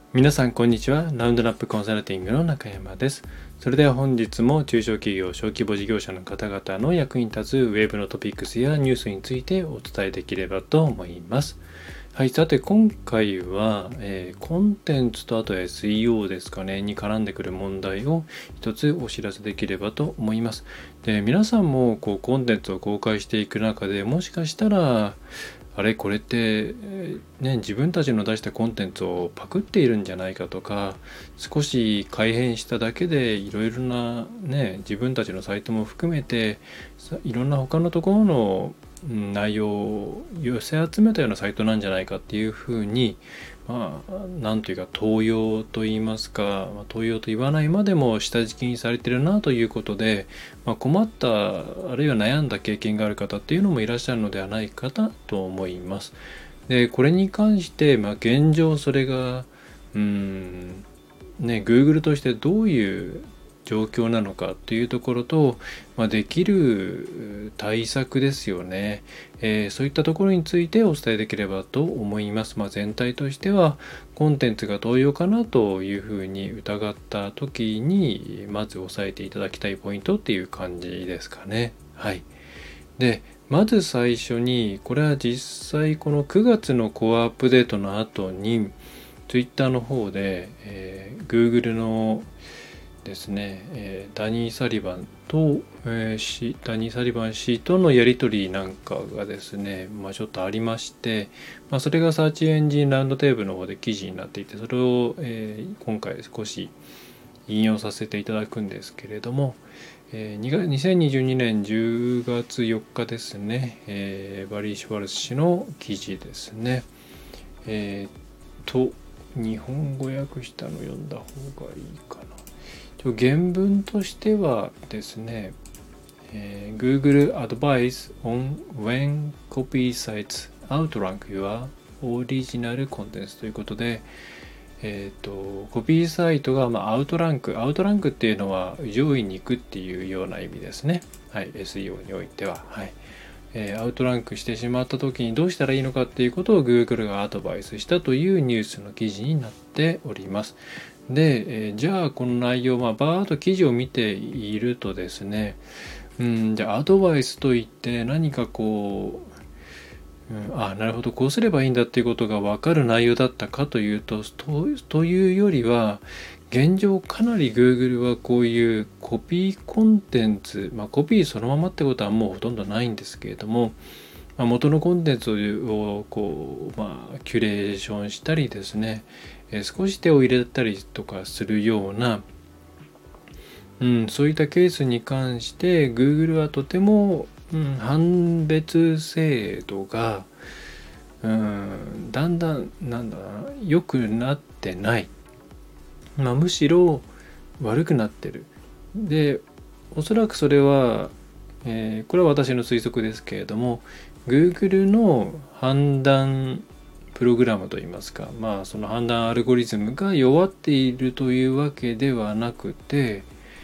皆さんこんにちは。ラウンドナップコンサルティングの中山です。それでは本日も中小企業小規模事業者の方々の役に立つウェブのトピックスやニュースについてお伝えできればと思います。はい、さて今回は、コンテンツとあと SEO ですかねに絡んでくる問題を一つお知らせできればと思います。で、皆さんもコンテンツを公開していく中でもしかしたらこれってね、自分たちの出したコンテンツをパクっているんじゃないかとか、少し改変しただけでいろいろなね、自分たちのサイトも含めていろんな他のところの内容を寄せ集めたようなサイトなんじゃないかっていうふうに、なんというか盗用と言いますか、盗用と言わないまでも下敷きにされてるなということで、困ったあるいは悩んだ経験がある方っていうのもいらっしゃるのではないかと思います。で、これに関して、現状それがGoogle としてどういう状況なのかというところと、できる対策ですよね、そういったところについてお伝えできればと思います。全体としてはコンテンツが同様かなというふうに疑った時にまず押さえていただきたいポイントっていう感じですかね。はい。で、まず最初にこれは実際この9月のコアアップデートの後にTwitter の方で、Google のですね、ダニー・サリバンと、ダニー・サリバン氏とのやり取りなんかがですね、ちょっとありまして、それがサーチエンジンラウンドテーブルの方で記事になっていて、それを、今回少し引用させていただくんですけれども、2022年10月4日ですね、バリー・シュワルツ氏の記事ですね。日本語訳したの読んだ方がいいかな。原文としてはですね、Google Advice on when copy sites outrank your original contents ということで、コピーサイトが、アウトランクっていうのは上位に行くっていうような意味ですね。はい、SEO においては。はい。アウトランクしてしまった時にどうしたらいいのかっていうことを Google がアドバイスしたというニュースの記事になっております。で、じゃあこの内容、バーッと記事を見ているとですね、じゃあアドバイスといって何かなるほど、こうすればいいんだっていうことが分かる内容だったかというというよりは、現状かなり Google はこういうコピーコンテンツ、コピーそのままってことはもうほとんどないんですけれども、元のコンテンツをキュレーションしたりですね、少し手を入れたりとかするような、そういったケースに関して Google はとても、判別精度が、だんだん良くなってない、むしろ悪くなってる。で、おそらくそれは、これは私の推測ですけれども、Google の判断プログラムといいますか、その判断アルゴリズムが弱っているというわけではなくて、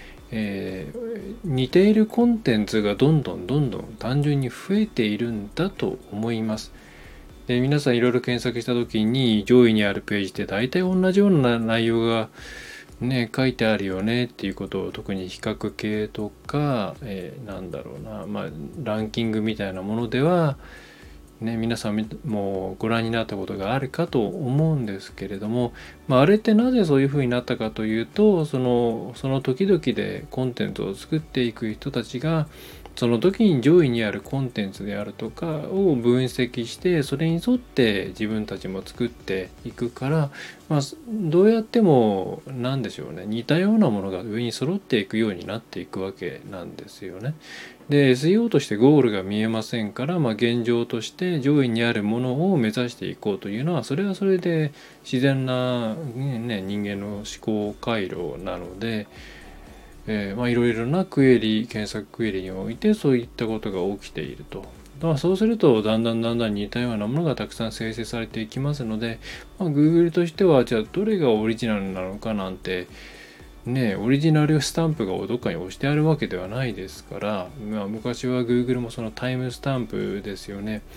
似ているコンテンツがどんどん単純に増えているんだと思います。で、皆さんいろいろ検索した時に上位にあるページって大体同じような内容が書いてあるよねっていうことを、特に比較系とか、ランキングみたいなものでは皆さんもご覧になったことがあるかと思うんですけれども、あれってなぜそういうふうになったかというと、その時々でコンテンツを作っていく人たちがその時に上位にあるコンテンツであるとかを分析して、それに沿って自分たちも作っていくから、どうやっても似たようなものが上に揃っていくようになっていくわけなんですよね。で、SEO としてゴールが見えませんから、現状として上位にあるものを目指していこうというのは、それはそれで自然な、人間の思考回路なので、いろいろな検索クエリにおいてそういったことが起きていると。そうするとだんだん似たようなものがたくさん生成されていきますので、Google としてはじゃあどれがオリジナルなのかなんてオリジナルスタンプがどっかに押してあるわけではないですから、昔は Google もそのタイムスタンプですよね。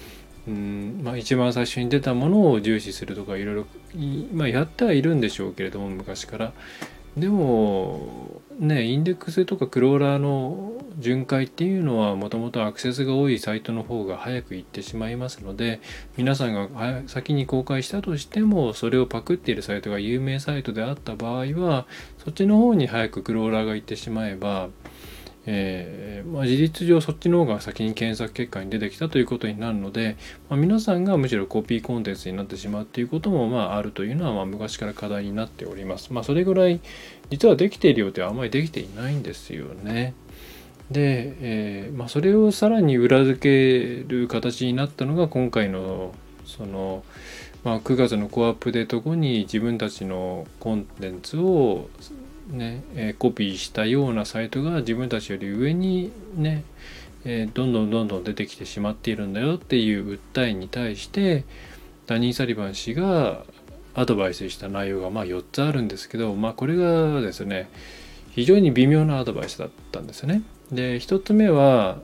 一番最初に出たものを重視するとかいろいろ、やってはいるんでしょうけれども、昔から。でもね、インデックスとかクローラーの巡回っていうのはもともとアクセスが多いサイトの方が早く行ってしまいますので、皆さんが先に公開したとしても、それをパクっているサイトが有名サイトであった場合は、そっちの方に早くクローラーが行ってしまえば、事実上そっちの方が先に検索結果に出てきたということになるので、皆さんがむしろコピーコンテンツになってしまうということもあるというのは昔から課題になっております。それぐらい実はできているようではあまりできていないんですよね。で、それをさらに裏付ける形になったのが今回の9月のコアアップデート後に自分たちのコンテンツをコピーしたようなサイトが自分たちより上にどんどん出てきてしまっているんだよっていう訴えに対してダニー・サリバン氏がアドバイスした内容が4つあるんですけど、これがですね非常に微妙なアドバイスだったんですね。で1つ目は、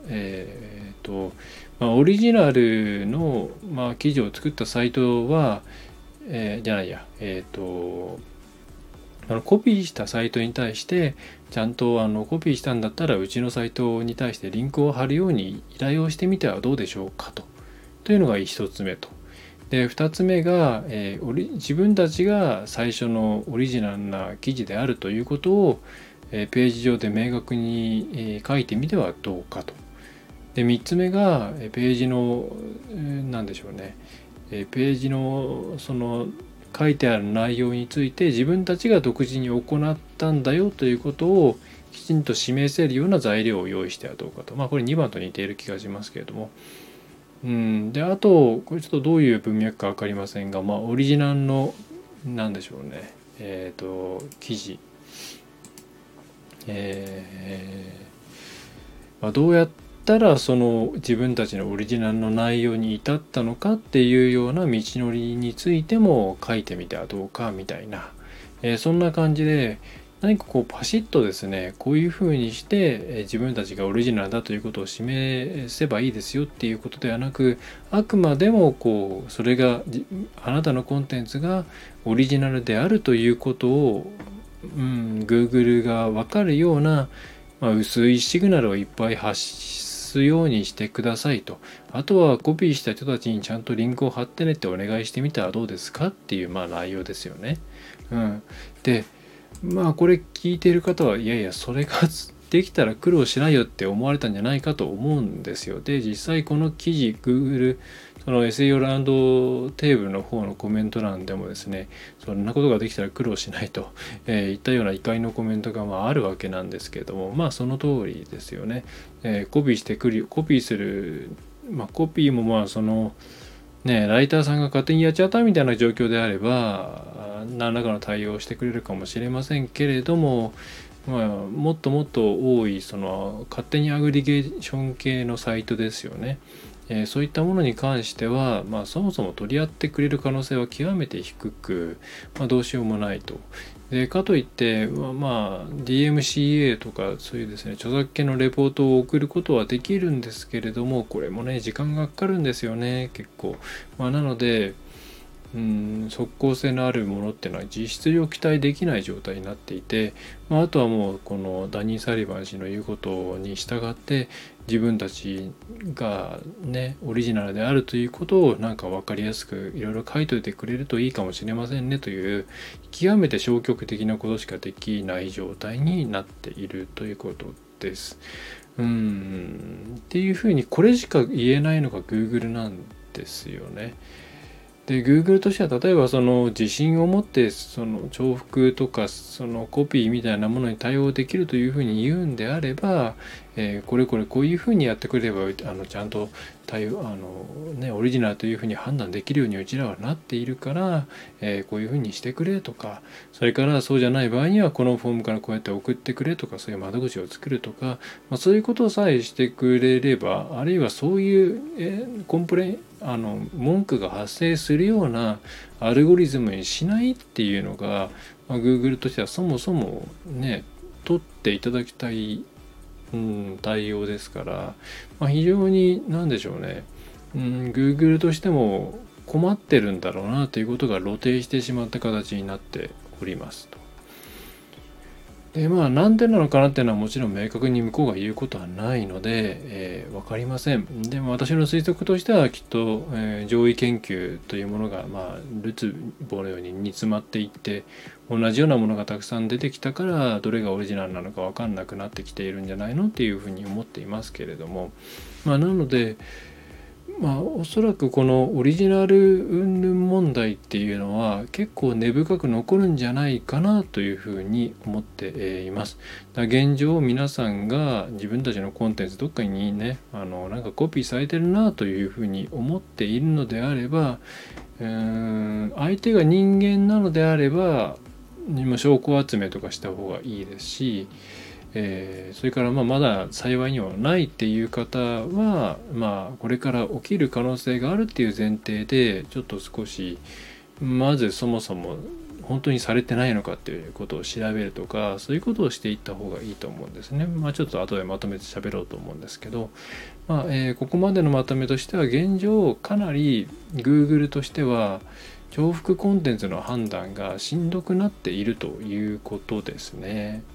オリジナルの、記事を作ったサイトは、コピーしたサイトに対してちゃんとコピーしたんだったらうちのサイトに対してリンクを貼るように依頼をしてみてはどうでしょうかというのが1つ目と。で2つ目が、自分たちが最初のオリジナルな記事であるということを、ページ上で明確に、書いてみてはどうかと。で3つ目がページの何でしょうね、ページのその書いてある内容について自分たちが独自に行ったんだよということをきちんと示せるような材料を用意してはどうかと。これ2番と似ている気がしますけれども、であとこれちょっとどういう文脈か分かりませんが、オリジナルの何でしょうね記事、どうやったらその自分たちのオリジナルの内容に至ったのかっていうような道のりについても書いてみてはどうかみたいな、そんな感じで何かパシッとですねこういうふうにして、自分たちがオリジナルだということを示せばいいですよっていうことではなく、あくまでもそれがあなたのコンテンツがオリジナルであるということを、Google が分かるような、薄いシグナルをいっぱい発すようにしてくださいと。あとはコピーした人たちにちゃんとリンクを貼ってねってお願いしてみたらどうですかっていう内容ですよね。でこれ聞いている方はいやいやそれができたら苦労しないよって思われたんじゃないかと思うんですよ。で実際この記事 Google その SEO ランドテーブルの方のコメント欄でもですね、そんなことができたら苦労しないと、いったような怒りのコメントがあるわけなんですけれども、その通りですよね。コピーする、コピーもそのライターさんが勝手にやっちゃったみたいな状況であれば何らかの対応をしてくれるかもしれませんけれども、もっともっと多いその勝手にアグリゲーション系のサイトですよね。そういったものに関しては、そもそも取り合ってくれる可能性は極めて低く、どうしようもないと。でかといって、DMCA とかそういうですね著作権のレポートを送ることはできるんですけれども、これもね時間がかかるんですよね結構。なので即効性のあるものっていうのは実質上期待できない状態になっていて、あとはもうこのダニー・サリバン氏の言うことに従って自分たちがねオリジナルであるということをなんか分かりやすくいろいろ書いといてくれるといいかもしれませんねという極めて消極的なことしかできない状態になっているということです。っていうふうにこれしか言えないのが Google なんですよね。で Google としては例えばその自信を持ってその重複とかそのコピーみたいなものに対応できるというふうに言うんであれば、こういうふうにやってくれればちゃんとオリジナルというふうに判断できるようにうちらはなっているから、こういうふうにしてくれとか、それからそうじゃない場合にはこのフォームからこうやって送ってくれとか、そういう窓口を作るとか、そういうことさえしてくれれば、あるいはそういうコンプレイン文句が発生するようなアルゴリズムにしないっていうのが、Google としてはそもそもね取っていただきたい、対応ですから、非常に何でしょうね Google としても困ってるんだろうなということが露呈してしまった形になっておりますと。でなんでなのかなっていうのはもちろん明確に向こうが言うことはないので、分かりません。でも私の推測としてはきっと、上位研究というものが、るつぼのように煮詰まっていって同じようなものがたくさん出てきたからどれがオリジナルなのか分かんなくなってきているんじゃないのっていうふうに思っていますけれども、なのでおそらくこのオリジナル云々問題っていうのは結構根深く残るんじゃないかなというふうに思っています。現状皆さんが自分たちのコンテンツどっかにねなんかコピーされてるなというふうに思っているのであれば、相手が人間なのであれば証拠集めとかした方がいいですし、それからまだ幸いにはないっていう方はこれから起きる可能性があるっていう前提でちょっと少しまずそもそも本当にされてないのかっていうことを調べるとかそういうことをしていった方がいいと思うんですね。ちょっと後でまとめて喋ろうと思うんですけど、ここまでのまとめとしては現状かなり Google としては重複コンテンツの判断がしんどくなっているということですね。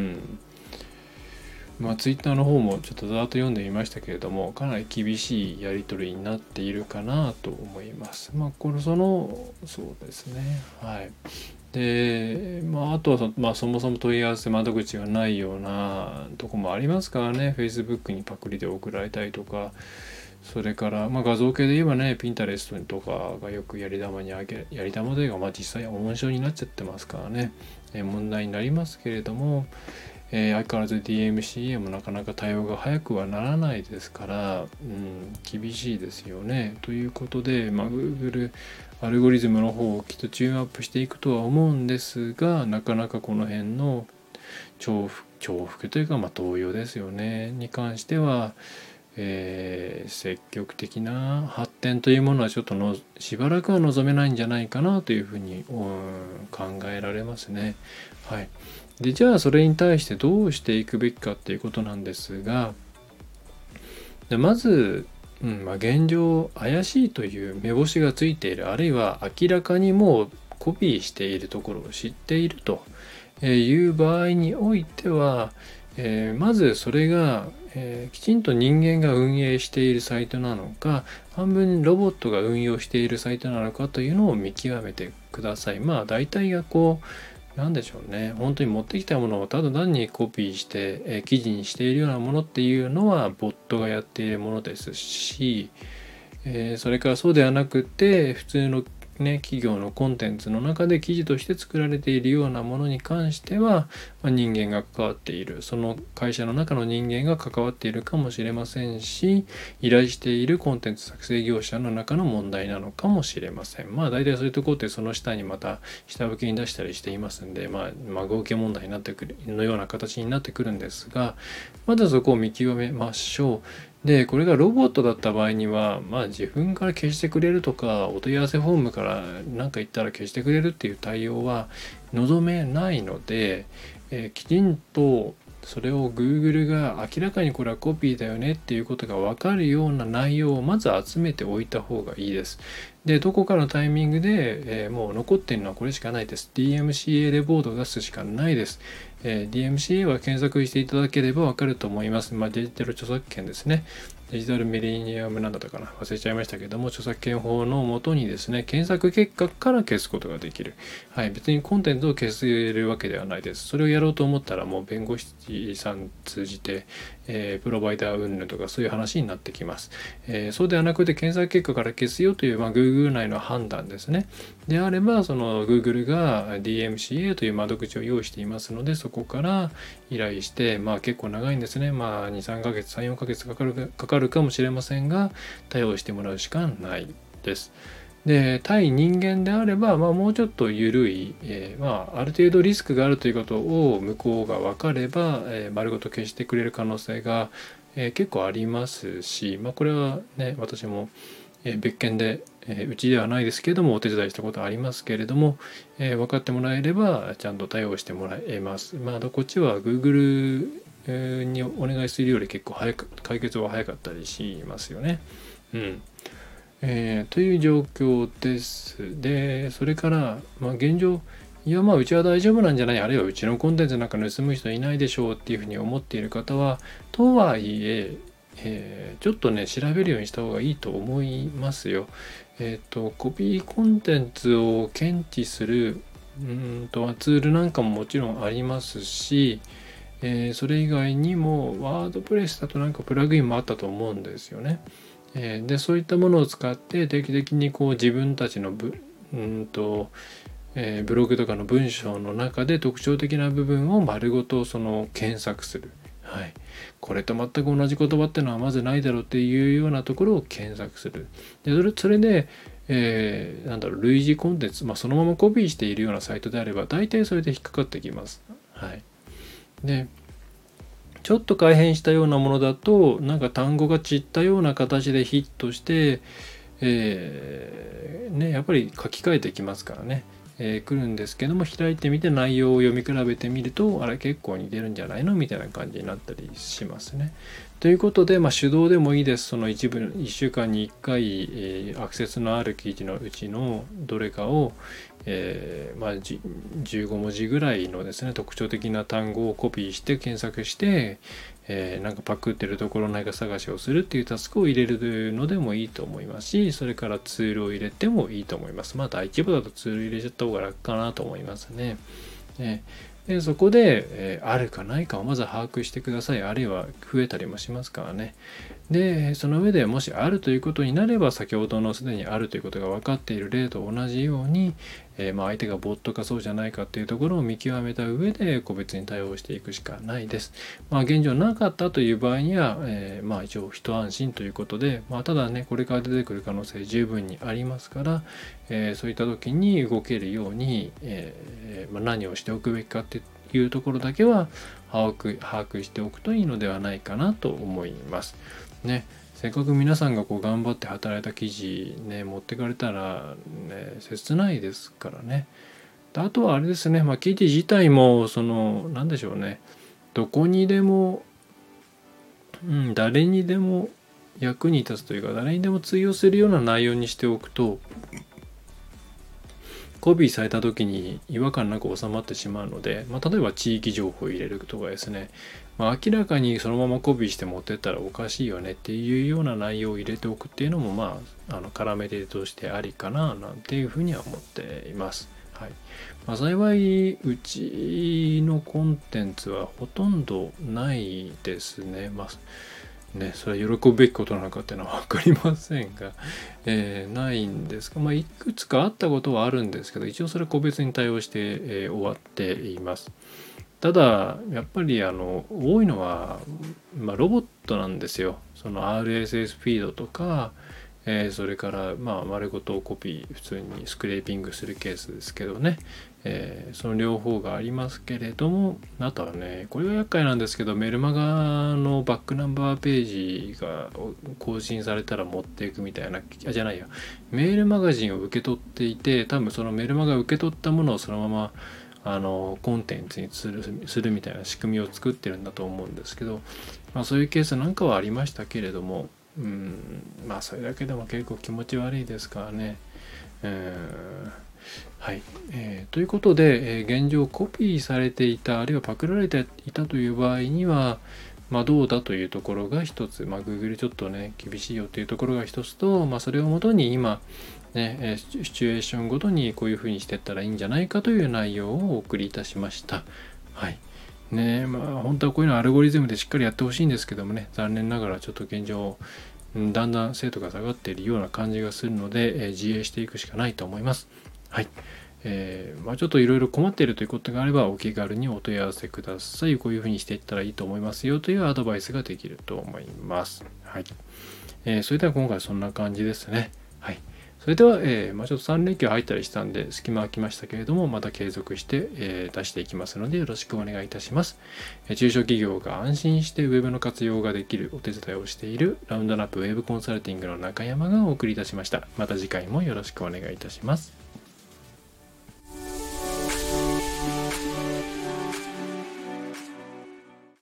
ツイッターの方もちょっとざーっと読んでみましたけれどもかなり厳しいやり取りになっているかなと思います。そうですね。はい。で、あとはそもそも問い合わせ窓口がないようなとこもありますからね。Facebook にパクリで送られたりとか、それから画像系で言えばね、Pinterest とかがよくやり玉というか実際温床になっちゃってますからね、問題になりますけれども。相変わらず DMCA もなかなか対応が早くはならないですから、厳しいですよね。ということで、Google アルゴリズムの方をきっとチューンアップしていくとは思うんですが、なかなかこの辺の重複というか盗用ですよねに関しては、積極的な発展というものはちょっとしばらくは望めないんじゃないかなというふうに考えられますね。はい。でじゃあそれに対してどうしていくべきかっていうことなんですが、まず、現状怪しいという目星がついている、あるいは明らかにもうコピーしているところを知っているという場合においては、まずそれが、きちんと人間が運営しているサイトなのか半分ロボットが運用しているサイトなのかというのを見極めてください。大体がなんでしょうね、本当に持ってきたものをただ単にコピーして、記事にしているようなものっていうのはボットがやっているものですし、それからそうではなくて普通の企業のコンテンツの中で記事として作られているようなものに関しては、人間が関わっている、その会社の中の人間が関わっているかもしれませんし、依頼しているコンテンツ作成業者の中の問題なのかもしれません。大体そういうところってその下にまた下請けに出したりしていますんで、合計問題になってくるのような形になってくるんですが、まずそこを見極めましょう。でこれがロボットだった場合には、自分から消してくれるとかお問い合わせフォームから何か言ったら消してくれるっていう対応は望めないので、きちんとそれを Google が明らかにこれはコピーだよねっていうことが分かるような内容をまず集めておいた方がいいです。でどこかのタイミングで、もう残っているのはこれしかないです。 DMCA レポートを出すしかないです。DMCA は検索していただければ分かると思います。デジタル著作権ですね。デジタルミレニアムなんだったかな、忘れちゃいましたけども、著作権法のもとにですね、検索結果から消すことができる。はい、別にコンテンツを消せるわけではないです。それをやろうと思ったらもう弁護士さん通じて、プロバイダー云々とかそういう話になってきます。そうではなくて検索結果から消すよという、Google 内の判断ですね。であれば、その Google が DMCA という窓口を用意していますので、そこから依頼して、結構長いんですね。2、3ヶ月、3、4ヶ月かかるかもしれませんが、対応してもらうしかないです。で、対人間であれば、もうちょっと緩い、ある程度リスクがあるということを向こうが分かれば、丸ごと消してくれる可能性が、結構ありますし、これはね、私も、別件で、うちではないですけれどもお手伝いしたことありますけれども、分かってもらえればちゃんと対応してもらえます。こっちは Google にお願いするより結構解決は早かったりしますよね。 という状況です。で、それから、現状、いやうちは大丈夫なんじゃない、あるいはうちのコンテンツなんか盗む人いないでしょうっていうふうに思っている方は、とはいえ、ちょっとね調べるようにした方がいいと思いますよ。コピーコンテンツを検知するツールなんかももちろんありますし、それ以外にもワードプレスだとなんかプラグインもあったと思うんですよね。でそういったものを使って定期的にこう自分たちのブログとかの文章の中で特徴的な部分を丸ごとその検索する。はい、これと全く同じ言葉っていうのはまずないだろうっていうようなところを検索する。でそれで、類似コンテンツ、そのままコピーしているようなサイトであれば大体それで引っかかってきます。はい、でちょっと改変したようなものだとなんか単語が散ったような形でヒットして、やっぱり書き換えてきますからね。来るんですけども、開いてみて内容を読み比べてみると、あれ結構似てるんじゃないのみたいな感じになったりしますね。ということで、手動でもいいです。その1週間に1回、アクセスのある記事のうちのどれかを、15文字ぐらいのですね特徴的な単語をコピーして検索して、なんかパクってるところないか探しをするっていうタスクを入れるのでもいいと思いますし、それからツールを入れてもいいと思います。大規模だとツール入れちゃった方が楽かなと思いますね。でそこで、あるかないかをまず把握してください。あるいは増えたりもしますからね。でその上でもしあるということになれば、先ほどのすでにあるということが分かっている例と同じように、相手がボットかそうじゃないかっていうところを見極めた上で個別に対応していくしかないです。現状なかったという場合には、一応一安心ということで、ただねこれから出てくる可能性十分にありますから、そういった時に動けるように、何をしておくべきかっていうところだけは把握しておくといいのではないかなと思いますね。せっかく皆さんがこう頑張って働いた記事ね持ってかれたらね切ないですからね。あとはあれですね、記事自体も何でしょうね、どこにでも、誰にでも役に立つというか誰にでも通用するような内容にしておくと、コピーされた時に違和感なく収まってしまうので、例えば地域情報を入れるとかですね、明らかにそのままコピーして持ってったらおかしいよねっていうような内容を入れておくっていうのも絡めてとしてありかななんていうふうには思っています。はい。幸いうちのコンテンツはほとんどないですね。それは喜ぶべきことなのかっていうのは分かりませんが、ないんですが、いくつかあったことはあるんですけど、一応それは個別に対応して、終わっています。ただやっぱり多いのは、ロボットなんですよ。その RSS フィードとか、それから丸ごとコピー普通にスクレーピングするケースですけどね、その両方がありますけれども、あとはねこれが厄介なんですけど、メルマガのバックナンバーページが更新されたら持っていくみたいな、メールマガジンを受け取っていて、多分そのメルマガ受け取ったものをそのままコンテンツにするみたいな仕組みを作ってるんだと思うんですけど、そういうケースなんかはありましたけれども、それだけでも結構気持ち悪いですからね。はい、ということで、現状コピーされていたあるいはパクられていたという場合には、どうだというところが一つ、Google ちょっとね厳しいよというところが一つと、それをもとに今シチュエーションごとにこういうふうにしていったらいいんじゃないかという内容をお送りいたしました。はい本当はこういうのアルゴリズムでしっかりやってほしいんですけどもね、残念ながらちょっと現状だんだん精度が下がっているような感じがするので、自衛していくしかないと思います。はい。ちょっといろいろ困っているということがあればお気軽にお問い合わせください。こういうふうにしていったらいいと思いますよというアドバイスができると思います。はい。それでは今回はそんな感じですね。はい。それでは、ちょっと3連休入ったりしたんで隙間空きましたけれども、また継続して、出していきますのでよろしくお願いいたします。中小企業が安心してウェブの活用ができるお手伝いをしているラウンドナップウェブコンサルティングの中山がお送りいたしました。また次回もよろしくお願いいたします。